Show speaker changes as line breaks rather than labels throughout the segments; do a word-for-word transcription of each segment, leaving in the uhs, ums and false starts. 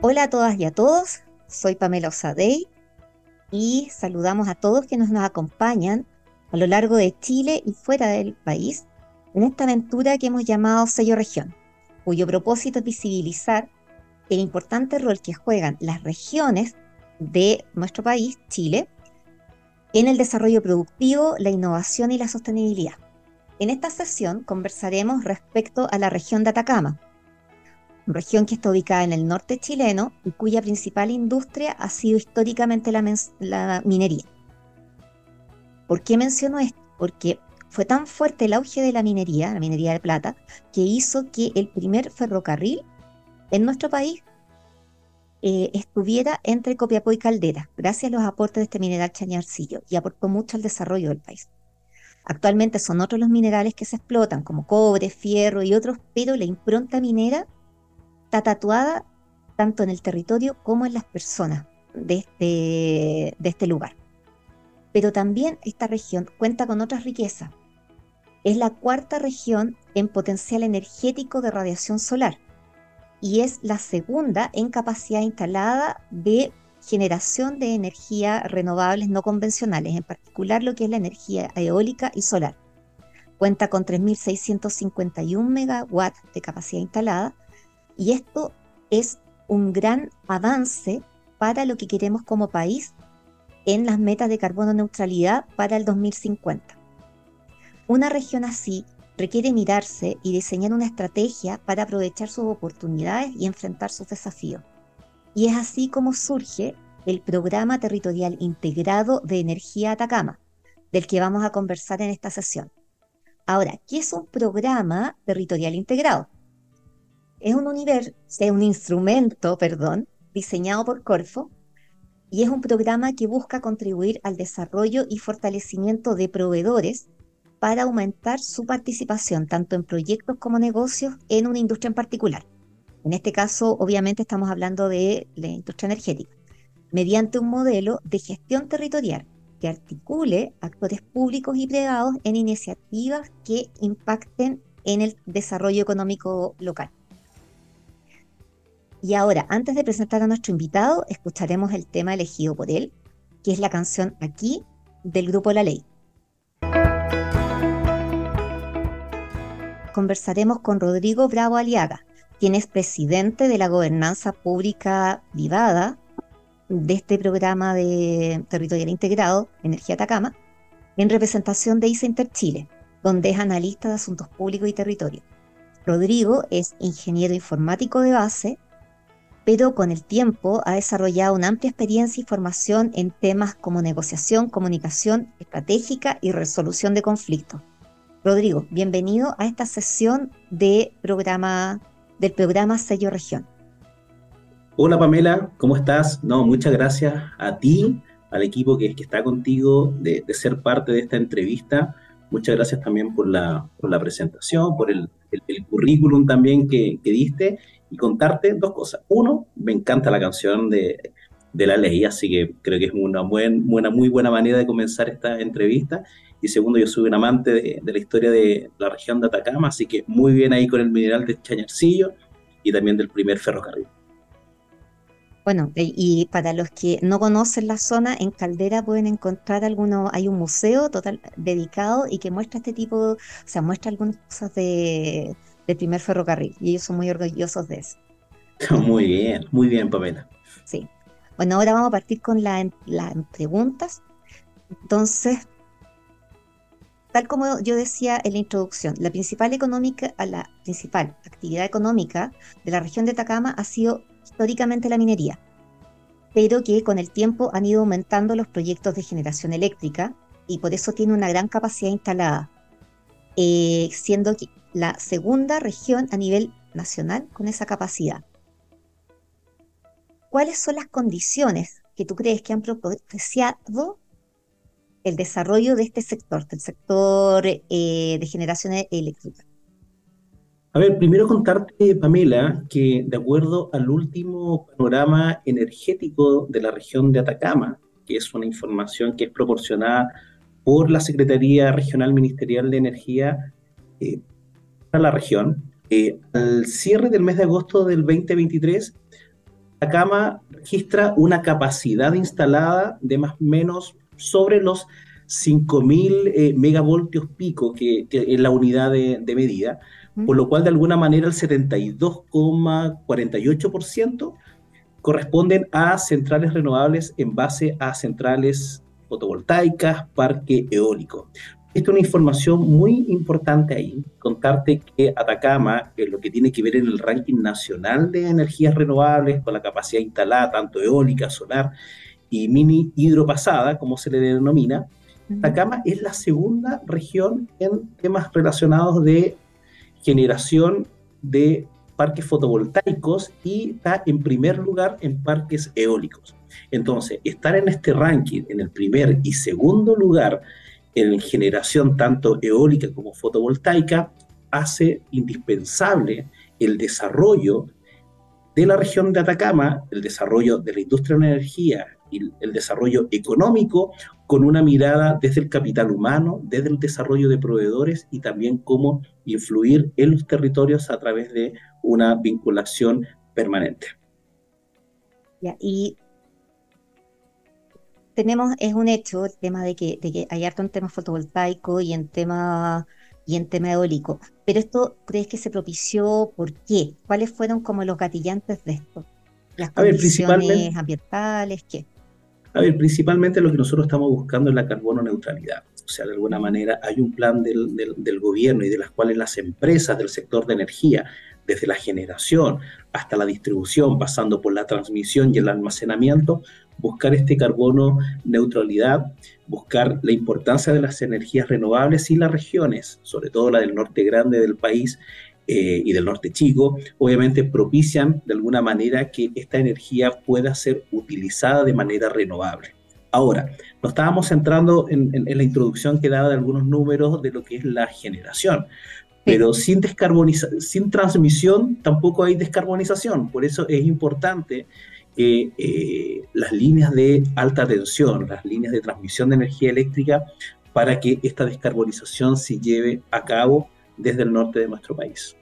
Hola a todas y a todos, soy Pamela Osadey y saludamos a todos quienes nos acompañan a lo largo de Chile y fuera del país en esta aventura que hemos llamado Sello Región, cuyo propósito es visibilizar el importante rol que juegan las regiones de nuestro país, Chile, en el desarrollo productivo, la innovación y la sostenibilidad. En esta sesión conversaremos respecto a la región de Atacama, región que está ubicada en el norte chileno y cuya principal industria ha sido históricamente la, la minería. ¿Por qué menciono esto? Porque fue tan fuerte el auge de la minería, la minería de plata, que hizo que el primer ferrocarril en nuestro país eh, estuviera entre Copiapó y Caldera, gracias a los aportes de este mineral chañarcillo, y aportó mucho al desarrollo del país. Actualmente son otros los minerales que se explotan, como cobre, fierro y otros, pero la impronta minera está tatuada tanto en el territorio como en las personas de este, de este lugar. Pero también esta región cuenta con otras riquezas. Es la cuarta región en potencial energético de radiación solar y es la segunda en capacidad instalada de generación de energía renovables no convencionales, en particular lo que es la energía eólica y solar. Cuenta con tres mil seiscientos cincuenta y uno megawatts de capacidad instalada y esto es un gran avance para lo que queremos como país en las metas de carbono neutralidad para el dos mil cincuenta. Una región así requiere mirarse y diseñar una estrategia para aprovechar sus oportunidades y enfrentar sus desafíos. Y es así como surge el Programa Territorial Integrado de Energía Atacama, del que vamos a conversar en esta sesión. Ahora, ¿qué es un programa territorial integrado? Es un, universo, es un instrumento, perdón, diseñado por Corfo y es un programa que busca contribuir al desarrollo y fortalecimiento de proveedores para aumentar su participación tanto en proyectos como negocios en una industria en particular. En este caso, obviamente, estamos hablando de la industria energética, mediante un modelo de gestión territorial que articule actores públicos y privados en iniciativas que impacten en el desarrollo económico local. Y ahora, antes de presentar a nuestro invitado, escucharemos el tema elegido por él, que es la canción Aquí del grupo La Ley. Conversaremos con Rodrigo Bravo Aliaga, quien es presidente de la gobernanza pública privada de este programa de territorial integrado, Energía Atacama, en representación de I C E Interchile, donde es analista de asuntos públicos y territorio. Rodrigo es ingeniero informático de base, pero con el tiempo ha desarrollado una amplia experiencia y formación en temas como negociación, comunicación estratégica y resolución de conflictos. Rodrigo, bienvenido a esta sesión de programa, del programa Sello Región.
Hola Pamela, ¿cómo estás? No, muchas gracias a ti, al equipo que, que está contigo, de, de ser parte de esta entrevista. Muchas gracias también por la, por la presentación, por el, el, el currículum también que, que diste y contarte dos cosas. Uno, me encanta la canción de, de La Ley, así que creo que es una buen, buena, muy buena manera de comenzar esta entrevista. Y segundo, yo soy un amante de, de la historia de la región de Atacama, así que muy bien ahí con el mineral de Chañarcillo y también del primer ferrocarril.
Bueno, e- y para los que no conocen la zona, en Caldera pueden encontrar algunos, hay un museo total dedicado y que muestra este tipo, o sea, muestra algunas cosas de, del primer ferrocarril y ellos son muy orgullosos de eso. Y
Muy bien, muy bien, Pamela.
sí, bueno, ahora vamos a partir con la- las preguntas. Entonces, tal como yo decía en la introducción, la principal económica, a la principal actividad económica de la región de Atacama ha sido históricamente la minería, pero que con el tiempo han ido aumentando los proyectos de generación eléctrica y por eso tiene una gran capacidad instalada, eh, siendo que la segunda región a nivel nacional con esa capacidad. ¿Cuáles son las condiciones que tú crees que han propiciado el desarrollo de este sector, del sector eh, de generación e- eléctrica?
A ver, primero contarte, Pamela, que de acuerdo al último panorama energético de la región de Atacama, que es una información que es proporcionada por la Secretaría Regional Ministerial de Energía eh, para la región, eh, al cierre del mes de agosto del dos mil veintitrés, Atacama registra una capacidad instalada de más o menos sobre los cinco mil eh, megavoltios pico, que, que es la unidad de, de medida,
¿Mm?
por lo cual de alguna manera el setenta y dos coma cuarenta y ocho por ciento corresponden a centrales renovables en base a centrales fotovoltaicas, parque eólico. Esta es una información muy importante ahí, contarte que Atacama, en lo que tiene que ver en el ranking nacional de energías renovables, con la capacidad instalada tanto eólica, solar y mini hidropasada, como se le denomina,
Ujú.
Atacama es la segunda región en temas relacionados de generación de parques fotovoltaicos y está en primer lugar en parques eólicos. Entonces, estar en este ranking en el primer y segundo lugar en generación tanto eólica como fotovoltaica hace indispensable el desarrollo de la región de Atacama, el desarrollo de la industria de la energía y el desarrollo económico con una mirada desde el capital humano, desde el desarrollo de proveedores y también cómo influir en los territorios a través de una vinculación permanente.
Ya, y tenemos, es un hecho el tema de que, de que hay harto en tema fotovoltaico y en tema, y en tema eólico. Pero esto, ¿crees que se propició? ¿Por qué? ¿Cuáles fueron como los gatillantes de esto? ¿Las
A ver, principalmente,
condiciones ambientales? ¿Qué?
A ver, principalmente lo que nosotros estamos buscando es la carbono neutralidad. O sea, de alguna
Ujú.
manera hay un plan del, del, del gobierno y de las cuales las empresas del sector de energía, desde la generación hasta la distribución, pasando por la transmisión y el almacenamiento, buscar este carbono neutralidad, buscar la importancia de las energías renovables y las regiones, sobre todo la del norte grande del país, eh, y del norte chico, obviamente propician de alguna manera que esta energía pueda ser utilizada de manera renovable. Ahora, nos estábamos centrando en, en, en la introducción que daba de algunos números de lo que es la generación,
Sí.
pero sin, descarboniza sin transmisión tampoco hay descarbonización. Por eso es importante que eh, las líneas de alta tensión, las líneas de transmisión de energía eléctrica, para que esta descarbonización se lleve a cabo desde el norte de nuestro país.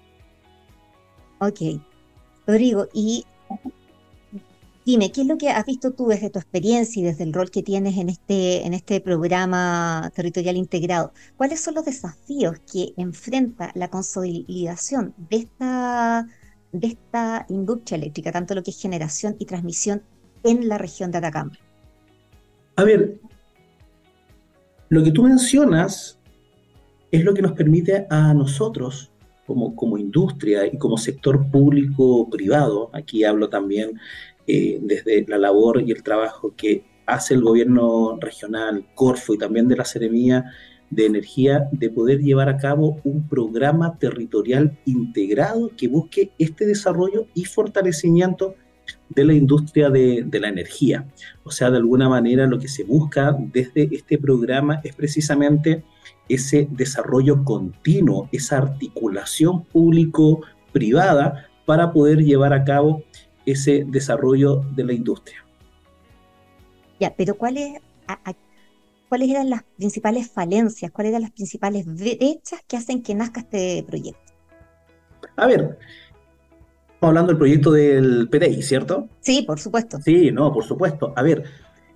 Ok. Rodrigo, y dime, ¿qué es lo que has visto tú desde tu experiencia y desde el rol que tienes en este, en este programa territorial integrado? ¿Cuáles son los desafíos que enfrenta la consolidación de esta, de esta industria eléctrica, tanto lo que es generación y transmisión en la región de Atacama?
A ver, lo que tú mencionas es lo que nos permite a nosotros, como, como industria y como sector público-privado, aquí hablo también eh, desde la labor y el trabajo que hace el gobierno regional, Corfo y también de la Seremía de Energía, de poder llevar a cabo un programa territorial integrado que busque este desarrollo y fortalecimiento de la industria de, de la energía. O sea, de alguna manera lo que se busca desde este programa es precisamente ese desarrollo continuo, esa articulación público-privada para poder llevar a cabo ese desarrollo de la industria.
Ya, pero ¿cuáles, a- a- cuáles eran las principales falencias, cuáles eran las principales brechas que hacen que nazca este proyecto?
A ver, estamos hablando del proyecto del P D I, ¿cierto?
Sí, por supuesto.
Sí, no, por supuesto. A ver,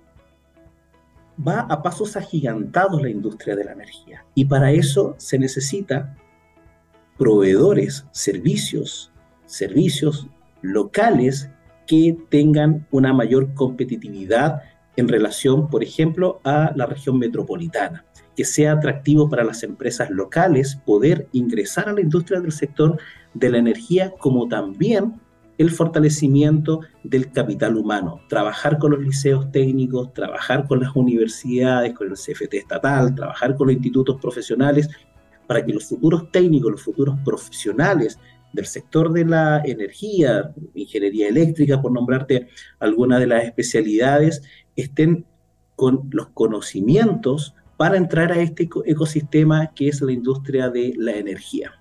va a pasos agigantados la industria de la energía y para eso se necesita proveedores, servicios, servicios locales que tengan una mayor competitividad en relación, por ejemplo, a la región metropolitana, que sea atractivo para las empresas locales poder ingresar a la industria del sector de la energía, como también el fortalecimiento del capital humano, trabajar con los liceos técnicos, trabajar con las universidades, con el C F T estatal, trabajar con los institutos profesionales para que los futuros técnicos, los futuros profesionales del sector de la energía, ingeniería eléctrica, por nombrarte alguna de las especialidades, estén con los conocimientos para entrar a este ecosistema que es la industria de la energía.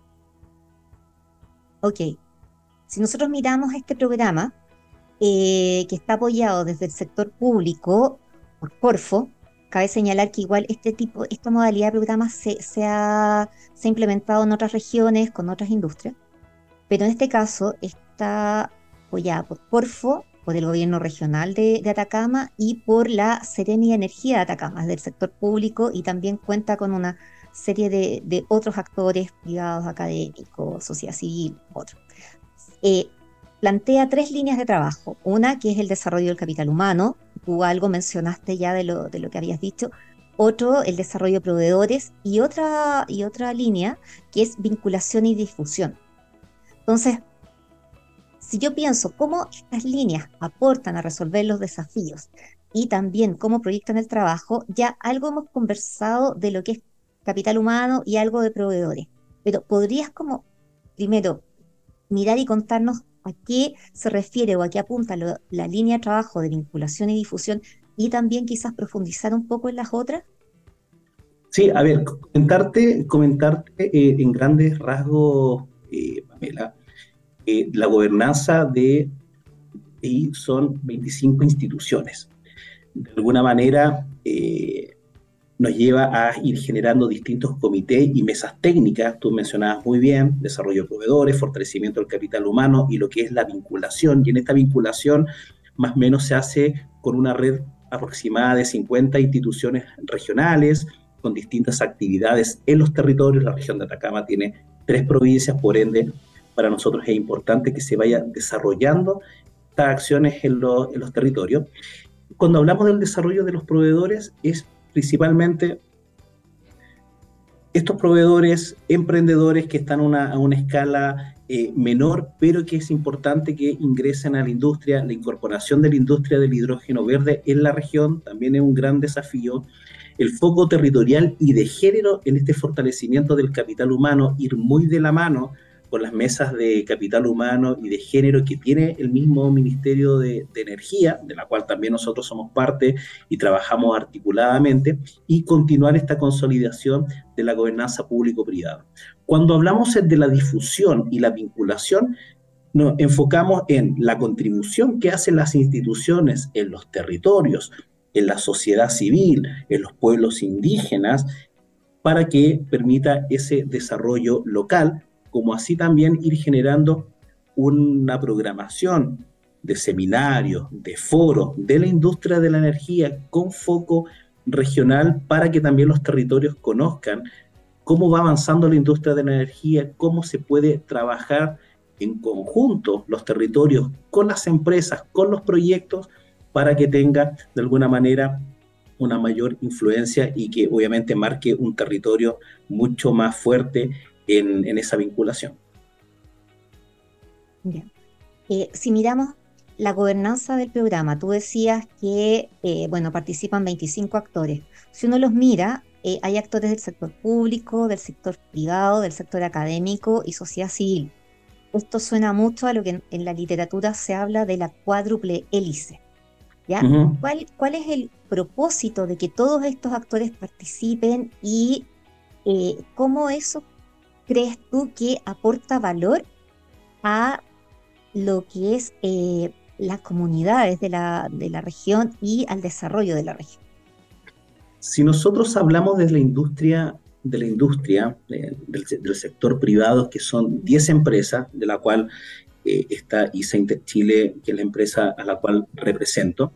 Ok. Si nosotros miramos este programa, eh, que está apoyado desde el sector público por Corfo, cabe señalar que igual este tipo, esta modalidad de programa se, se ha, se ha implementado en otras regiones con otras industrias, pero en este caso está apoyada por Corfo, por el gobierno regional de, de Atacama y por la Seremi de Energía de Atacama, es del sector público, y también cuenta con una serie de, de otros actores privados, académicos, sociedad civil, otros. Eh, plantea tres líneas de trabajo. Una que es el desarrollo del capital humano, tú algo mencionaste ya de lo, de lo que habías dicho. Otro, el desarrollo de proveedores, y otra, y otra línea que es vinculación y difusión. Entonces, si yo pienso cómo estas líneas aportan a resolver los desafíos y también cómo proyectan el trabajo, ya algo hemos conversado de lo que es capital humano y algo de proveedores. Pero podrías como, primero, mirar y contarnos a qué se refiere o a qué apunta lo, la línea de trabajo de vinculación y difusión, y también quizás profundizar un poco en las otras.
Sí, a ver, comentarte, comentarte eh, en grandes rasgos, eh, Pamela, eh, la gobernanza de I son veinticinco instituciones. De alguna manera, eh, nos lleva a ir generando distintos comités y mesas técnicas. Tú mencionabas muy bien, desarrollo de proveedores, fortalecimiento del capital humano y lo que es la vinculación. Y en esta vinculación, más o menos se hace con una red aproximada de cincuenta instituciones regionales, con distintas actividades en los territorios. La región de Atacama tiene tres provincias, por ende, para nosotros es importante que se vaya desarrollando estas acciones en, lo, en los territorios. Cuando hablamos del desarrollo de los proveedores, es principalmente estos proveedores, emprendedores que están una, a una escala eh, menor, pero que es importante que ingresen a la industria. La incorporación de la industria del hidrógeno verde en la región también es un gran desafío. El foco territorial y de género en este fortalecimiento del capital humano, ir muy de la mano con las mesas de capital humano y de género que tiene el mismo Ministerio de, de Energía, de la cual también nosotros somos parte y trabajamos articuladamente, y continuar esta consolidación de la gobernanza público-privada. Cuando hablamos de la difusión y la vinculación, nos enfocamos en la contribución que hacen las instituciones en los territorios, en la sociedad civil, en los pueblos indígenas, para que permita ese desarrollo local, como así también ir generando una programación de seminarios, de foros, de la industria de la energía con foco regional, para que también los territorios conozcan cómo va avanzando la industria de la energía, cómo se puede trabajar en conjunto los territorios con las empresas, con los proyectos, para que tenga de alguna manera una mayor influencia y que obviamente marque un territorio mucho más fuerte en, en esa vinculación.
Bien. Eh, si miramos la gobernanza del programa, tú decías que, eh, bueno, participan veinticinco actores. Si uno los mira, eh, hay actores del sector público, del sector privado, del sector académico y sociedad civil. Esto suena mucho a lo que en, en la literatura se habla de la cuádruple hélice, ¿ya?
Uh-huh.
¿Cuál, ¿Cuál es el propósito de que todos estos actores participen y eh, cómo eso crees tú que aporta valor a lo que es eh, las comunidades de la, de la región y al desarrollo de la región?
Si nosotros hablamos de la industria, de la industria eh, del, del sector privado, que son diez empresas, de la cual eh, está I S A Interchile, que es la empresa a la cual represento,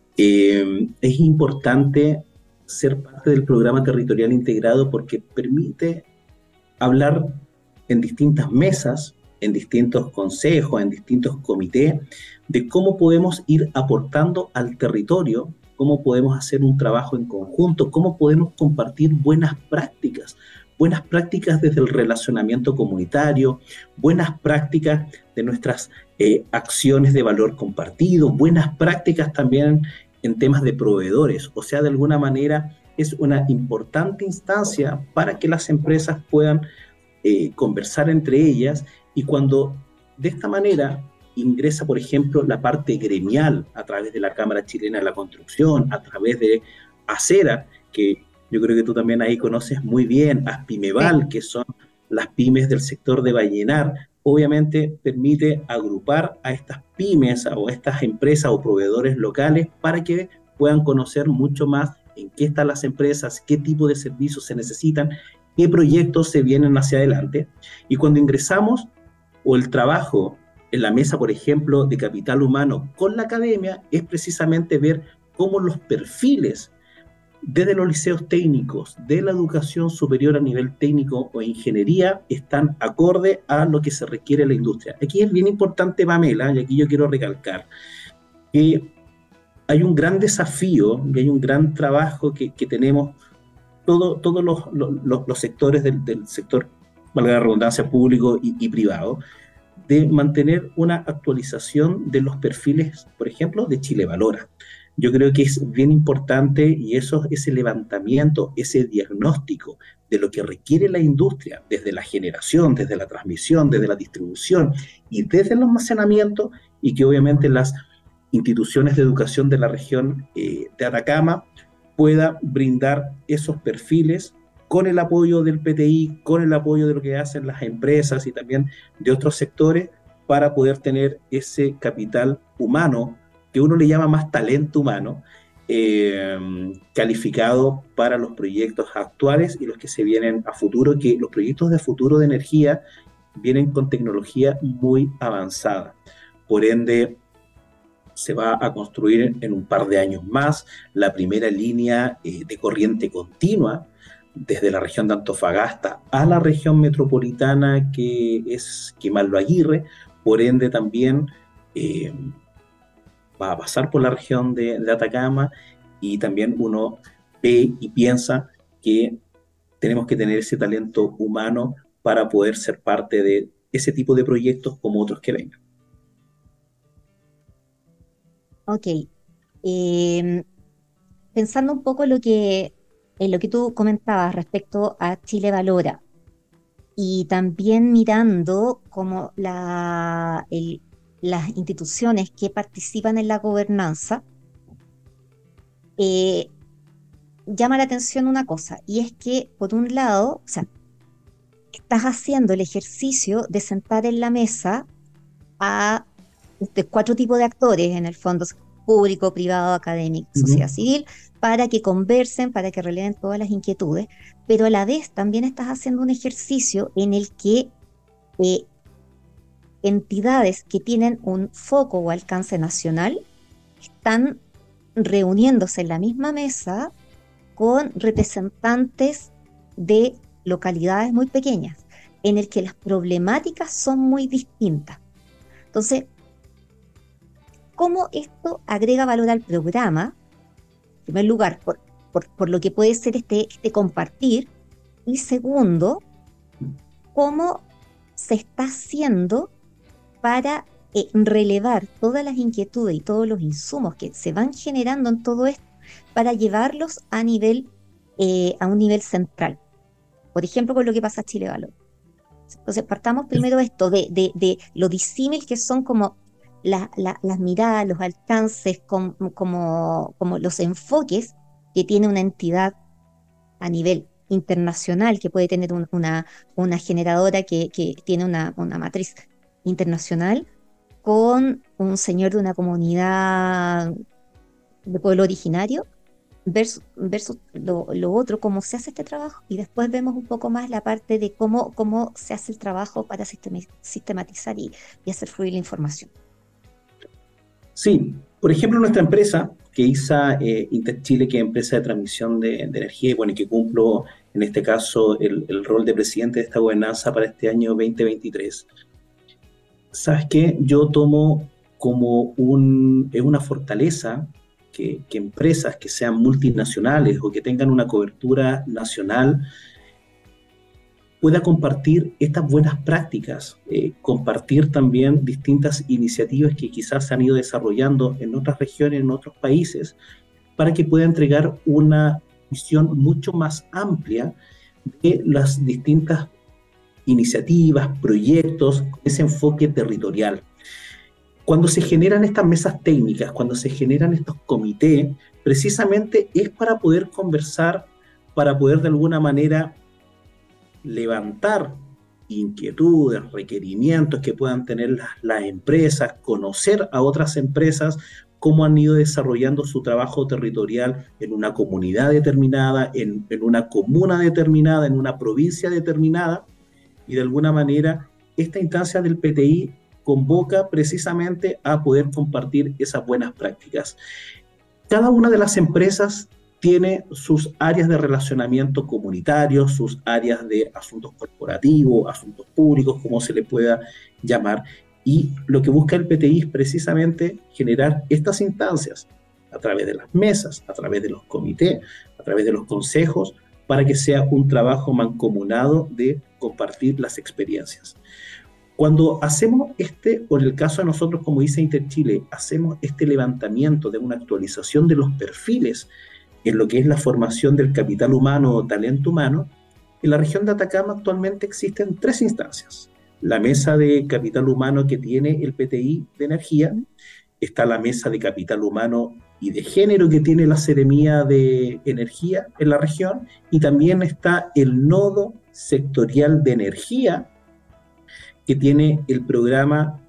eh, es importante ser parte del programa territorial integrado porque permite hablar en distintas mesas, en distintos consejos, en distintos comités, de cómo podemos ir aportando al territorio, cómo podemos hacer un trabajo en conjunto, cómo podemos compartir buenas prácticas, buenas prácticas desde el relacionamiento comunitario, buenas prácticas de nuestras eh, acciones de valor compartido, buenas prácticas también en temas de proveedores. O sea, de alguna manera es una importante instancia para que las empresas puedan eh, conversar entre ellas, y cuando de esta manera ingresa, por ejemplo, la parte gremial a través de la Cámara Chilena de la Construcción, a través de ACERA, que yo creo que tú también ahí conoces muy bien, ASPIMEVAL, que son las pymes del sector de Vallenar, obviamente permite agrupar a estas pymes o a estas empresas o proveedores locales para que puedan conocer mucho más en qué están las empresas, qué tipo de servicios se necesitan, qué proyectos se vienen hacia adelante. Y cuando ingresamos, o el trabajo en la mesa, por ejemplo, de capital humano con la academia, es precisamente ver cómo los perfiles desde los liceos técnicos, de la educación superior a nivel técnico o ingeniería, están acorde a lo que se requiere en la industria. Aquí es bien importante, Pamela, y aquí yo quiero recalcar, que hay un gran desafío y hay un gran trabajo que, que tenemos todo, todos los, los, los sectores del, del sector, valga la redundancia, público y, y privado, de mantener una actualización de los perfiles, por ejemplo, de Chile Valora. Yo creo que es bien importante y eso, ese levantamiento, ese diagnóstico de lo que requiere la industria, desde la generación, desde la transmisión, desde la distribución y desde el almacenamiento, y que obviamente las instituciones de educación de la región eh, de Atacama pueda brindar esos perfiles con el apoyo del P T I, con el apoyo de lo que hacen las empresas y también de otros sectores, para poder tener ese capital humano, que uno le llama más talento humano, eh, calificado para los proyectos actuales y los que se vienen a futuro, que los proyectos de futuro de energía vienen con tecnología muy avanzada. Por ende, se va a construir en un par de años más la primera línea eh, de corriente continua desde la región de Antofagasta a la región metropolitana, que es Quemallo Aguirre. Por ende también eh, va a pasar por la región de, de Atacama, y también uno ve y piensa que tenemos que tener ese talento humano para poder ser parte de ese tipo de proyectos como otros que vengan.
Ok. Em, pensando un poco en lo que, en lo que tú comentabas respecto a Chile Valora, y también mirando cómo la, el- las instituciones que participan en la gobernanza, eh, llama la atención una cosa, y es que, por un lado, o sea, estás haciendo el ejercicio de sentar en la mesa a de cuatro tipos de actores, en el fondo, público, privado, académico,
Uh -huh.
sociedad civil, para que conversen, para que releven todas las inquietudes, pero a la vez también estás haciendo un ejercicio en el que eh, entidades que tienen un foco o alcance nacional están reuniéndose en la misma mesa con representantes de localidades muy pequeñas, en el que las problemáticas son muy distintas. Entonces, ¿cómo esto agrega valor al programa? En primer lugar, por, por, por lo que puede ser este, este compartir, y segundo, ¿cómo se está haciendo para eh, relevar todas las inquietudes y todos los insumos que se van generando en todo esto, para llevarlos a nivel, eh, a un nivel central? Por ejemplo, con lo que pasa a Chile Valor. Entonces, partamos primero esto de, de, de lo disímil que son como la, la, las miradas, los alcances, com, como, como los enfoques que tiene una entidad a nivel internacional, que puede tener un, una, una generadora que, que tiene una, una matriz internacional, con un señor de una comunidad de pueblo originario, versus, versus lo, lo otro, cómo se hace este trabajo, y después vemos un poco más la parte de cómo, cómo se hace el trabajo para sistematizar y, y hacer fluir la información.
Sí, por ejemplo, nuestra empresa, que I S A eh, Interchile, que es empresa de transmisión de, de energía, y bueno, y que cumplo en este caso el, el rol de presidente de esta gobernanza para este año veinte veintitrés. ¿Sabes qué? Yo tomo como un, es una fortaleza que, que empresas que sean multinacionales o que tengan una cobertura nacional pueda compartir estas buenas prácticas, eh, compartir también distintas iniciativas que quizás se han ido desarrollando en otras regiones, en otros países, para que pueda entregar una visión mucho más amplia de las distintas iniciativas, proyectos, ese enfoque territorial. Cuando se generan estas mesas técnicas, cuando se generan estos comités, precisamente es para poder conversar, para poder de alguna manera levantar inquietudes, requerimientos que puedan tener las, las empresas, conocer a otras empresas, cómo han ido desarrollando su trabajo territorial en una comunidad determinada, en, en una comuna determinada, en una provincia determinada, y de alguna manera esta instancia del P T I convoca precisamente a poder compartir esas buenas prácticas. Cada una de las empresas tiene sus áreas de relacionamiento comunitario, sus áreas de asuntos corporativos, asuntos públicos, como se le pueda llamar, y lo que busca el P T I es precisamente generar estas instancias a través de las mesas, a través de los comités, a través de los consejos, para que sea un trabajo mancomunado de compartir las experiencias. Cuando hacemos este, o en el caso de nosotros como dice Interchile, hacemos este levantamiento de una actualización de los perfiles en lo que es la formación del capital humano o talento humano, en la región de Atacama actualmente existen tres instancias. La mesa de capital humano que tiene el P T I de energía, está la mesa de capital humano y de género que tiene la Seremía de Energía en la región, y también está el nodo sectorial de energía que tiene el programa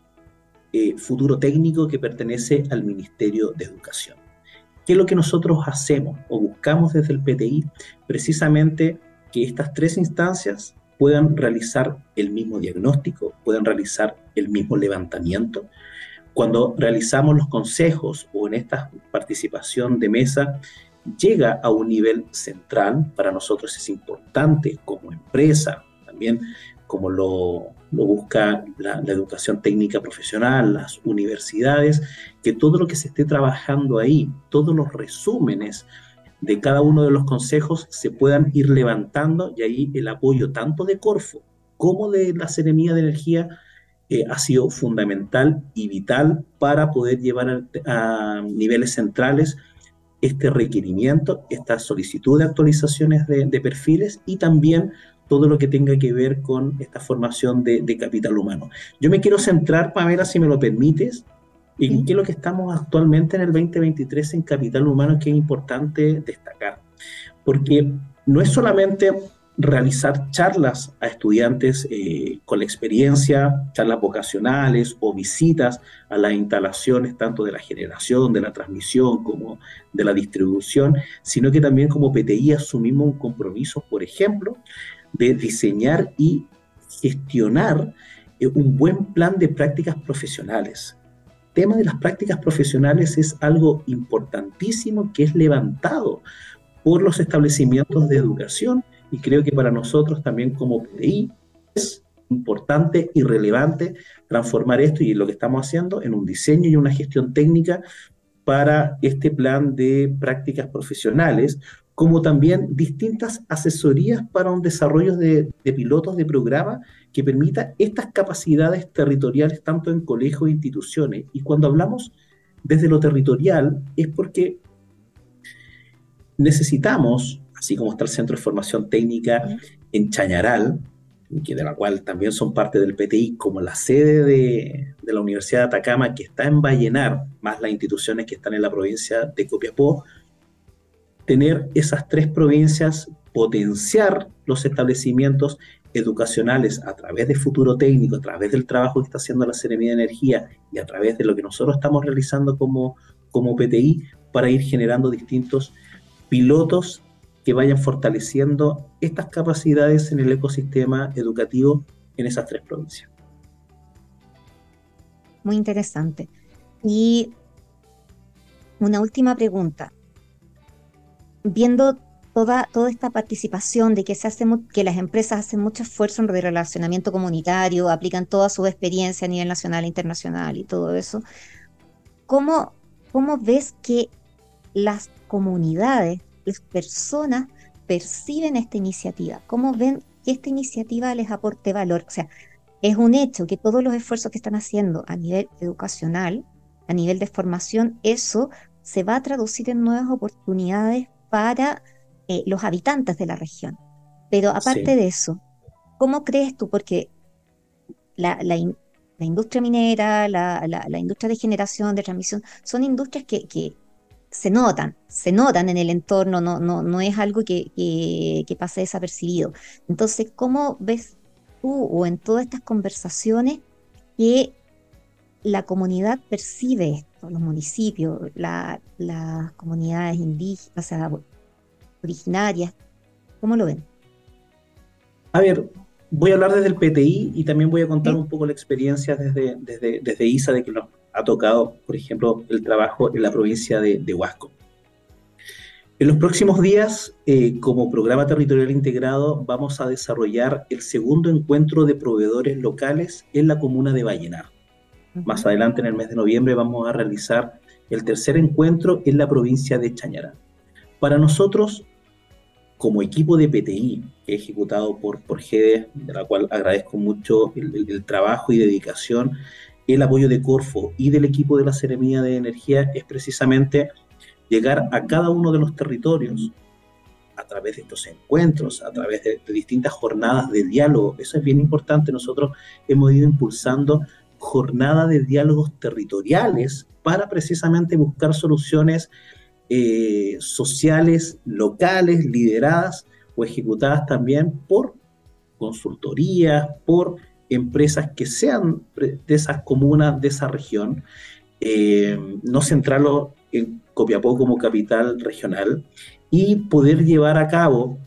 eh, Futuro Técnico que pertenece al Ministerio de Educación. ¿Qué es lo que nosotros hacemos o buscamos desde el P T I? Precisamente que estas tres instancias puedan realizar el mismo diagnóstico, puedan realizar el mismo levantamiento. Cuando realizamos los consejos o en esta participación de mesa, llega a un nivel central, para nosotros es importante como empresa, también como lo, lo busca la, la educación técnica profesional, las universidades, que todo lo que se esté trabajando ahí, todos los resúmenes de cada uno de los consejos se puedan ir levantando, y ahí el apoyo tanto de Corfo como de la Seremía de Energía eh, ha sido fundamental y vital para poder llevar a, a niveles centrales este requerimiento, esta solicitud de actualizaciones de, de perfiles y también todo lo que tenga que ver con esta formación de, de capital humano. Yo me quiero centrar, Pamela, si me lo permites, en qué es lo que estamos actualmente en el veinte veintitrés en capital humano, que es importante destacar. Porque no es solamente realizar charlas a estudiantes eh, con la experiencia, charlas vocacionales o visitas a las instalaciones tanto de la generación, de la transmisión como de la distribución, sino que también como P T I asumimos un compromiso, por ejemplo, de diseñar y gestionar eh, un buen plan de prácticas profesionales. El tema de las prácticas profesionales es algo importantísimo que es levantado por los establecimientos de educación, y creo que para nosotros también como P T I es importante y relevante transformar esto, y lo que estamos haciendo en un diseño y una gestión técnica para este plan de prácticas profesionales, como también distintas asesorías para un desarrollo de, de pilotos de programa que permita estas capacidades territoriales tanto en colegios e instituciones. Y cuando hablamos desde lo territorial es porque necesitamos, así como está el Centro de Formación Técnica en Chañaral, que de la cual también son parte del P T I, como la sede de, de la Universidad de Atacama, que está en Vallenar, más las instituciones que están en la provincia de Copiapó, tener esas tres provincias, potenciar los establecimientos educacionales a través de Futuro Técnico, a través del trabajo que está haciendo la Seremía de Energía y a través de lo que nosotros estamos realizando como, como P T I, para ir generando distintos pilotos que vayan fortaleciendo estas capacidades en el ecosistema educativo en esas tres provincias.
Muy interesante. Y una última pregunta. Viendo toda, toda esta participación de que, se hace, que las empresas hacen mucho esfuerzo en relacionamiento comunitario, aplican toda su experiencia a nivel nacional e internacional y todo eso, ¿cómo, cómo ves que las comunidades, las personas perciben esta iniciativa? ¿Cómo ven que esta iniciativa les aporte valor? O sea, es un hecho que todos los esfuerzos que están haciendo a nivel educacional, a nivel de formación, eso se va a traducir en nuevas oportunidades para eh, los habitantes de la región. Pero aparte
Sí.
de eso, ¿cómo crees tú? Porque la, la, in, la industria minera, la, la, la industria de generación, de transmisión, son industrias que, que se notan, se notan en el entorno, no, no, no es algo que, que, que pase desapercibido. Entonces, ¿cómo ves tú o en todas estas conversaciones que la comunidad percibe esto, los municipios, la, las comunidades indígenas, o sea, originarias? ¿Cómo lo ven?
A ver, Voy a hablar desde el P T I y también voy a contar
¿Sí?
un poco la experiencia desde, desde, desde I S A de que nos ha tocado, por ejemplo, el trabajo en la provincia de, de Huasco. En los próximos días, eh, como programa territorial integrado, vamos a desarrollar el segundo encuentro de proveedores locales en la comuna de Vallenar. Más
Ujú.
adelante, en el mes de noviembre, vamos a realizar el tercer encuentro en la provincia de Chañarán. Para nosotros, como equipo de P T I, que es ejecutado por, por G E D, de la cual agradezco mucho el, el, el trabajo y dedicación, el apoyo de Corfo y del equipo de la Seremía de Energía, es precisamente llegar a cada uno de los territorios a través de estos encuentros, a través de, de distintas jornadas de diálogo. Eso es bien importante. Nosotros hemos ido impulsando jornadas de diálogos territoriales para precisamente buscar soluciones eh, sociales, locales, lideradas o ejecutadas también por consultorías, por empresas que sean de esas comunas, de esa región, eh, no centrarlo en Copiapó como capital regional y poder llevar a cabo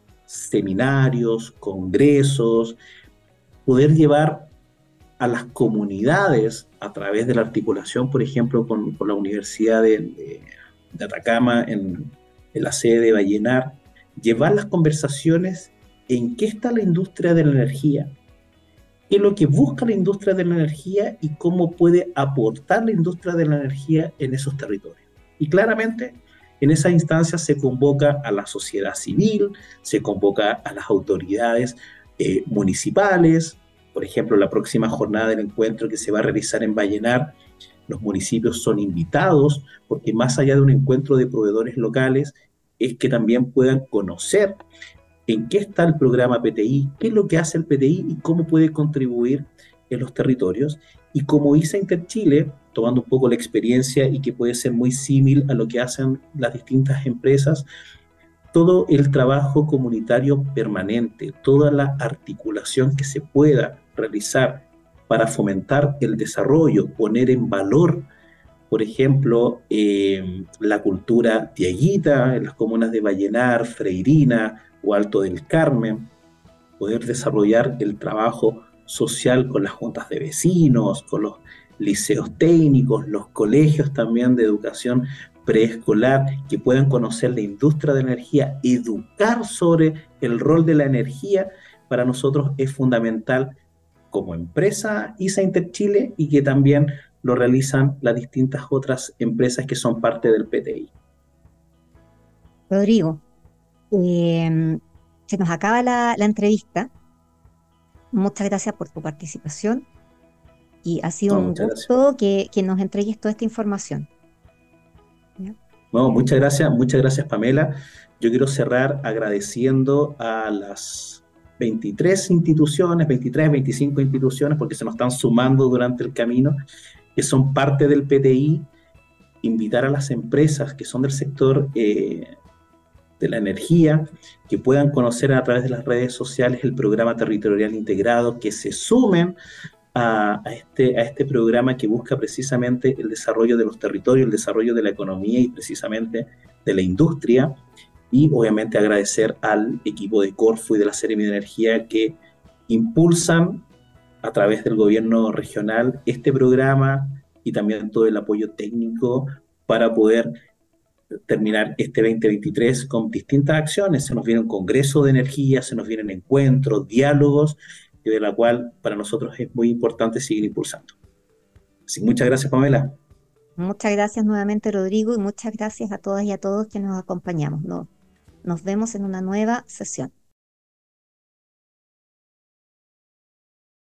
seminarios, congresos, poder llevar a las comunidades a través de la articulación, por ejemplo, con, con la Universidad de, de, de Atacama en, en la sede de Vallenar, llevar las conversaciones en qué está la industria de la energía, qué es lo que busca la industria de la energía y cómo puede aportar la industria de la energía en esos territorios. Y claramente, en esa instancia se convoca a la sociedad civil, se convoca a las autoridades eh, municipales. Por ejemplo, la próxima jornada del encuentro que se va a realizar en Vallenar, los municipios son invitados, porque más allá de un encuentro de proveedores locales, es que también puedan conocer en qué está el programa P T I, qué es lo que hace el P T I y cómo puede contribuir en los territorios. Y como I S A Interchile, tomando un poco la experiencia y que puede ser muy similar a lo que hacen las distintas empresas, todo el trabajo comunitario permanente, toda la articulación que se pueda realizar para fomentar el desarrollo, poner en valor, por ejemplo, eh, la cultura dieguita en las comunas de Vallenar, Freirina o Alto del Carmen, poder desarrollar el trabajo social con las juntas de vecinos, con los liceos técnicos, los colegios también de educación preescolar, que puedan conocer la industria de la energía, educar sobre el rol de la energía, para nosotros es fundamental como empresa I S A Interchile y que también lo realizan las distintas otras empresas que son parte del P T I.
Rodrigo, eh, se nos acaba la, la entrevista. Muchas gracias por tu participación y ha sido
No,
un
muchas gracias.
gusto que, que nos entregues toda esta información. ¿Ya?
No, muchas gracias, muchas gracias Pamela. Yo quiero cerrar agradeciendo a las veintitrés instituciones, veintitrés, veinticinco instituciones, porque se nos están sumando durante el camino, que son parte del P T I, invitar a las empresas que son del sector eh, de la energía, que puedan conocer a través de las redes sociales el programa territorial integrado, que se sumen a, a, este, a este programa que busca precisamente el desarrollo de los territorios, el desarrollo de la economía y precisamente de la industria. Y obviamente agradecer al equipo de Corfo y de la Seremía de Energía que impulsan a través del gobierno regional este programa y también todo el apoyo técnico para poder terminar este veinte veintitrés con distintas acciones. Se nos viene un congreso de energía, se nos vienen encuentros, diálogos, y de la cual para nosotros es muy importante seguir impulsando. Así, muchas gracias, Pamela.
Muchas gracias nuevamente, Rodrigo, y muchas gracias a todas y a todos que nos acompañamos. Nos, nos vemos en una nueva sesión.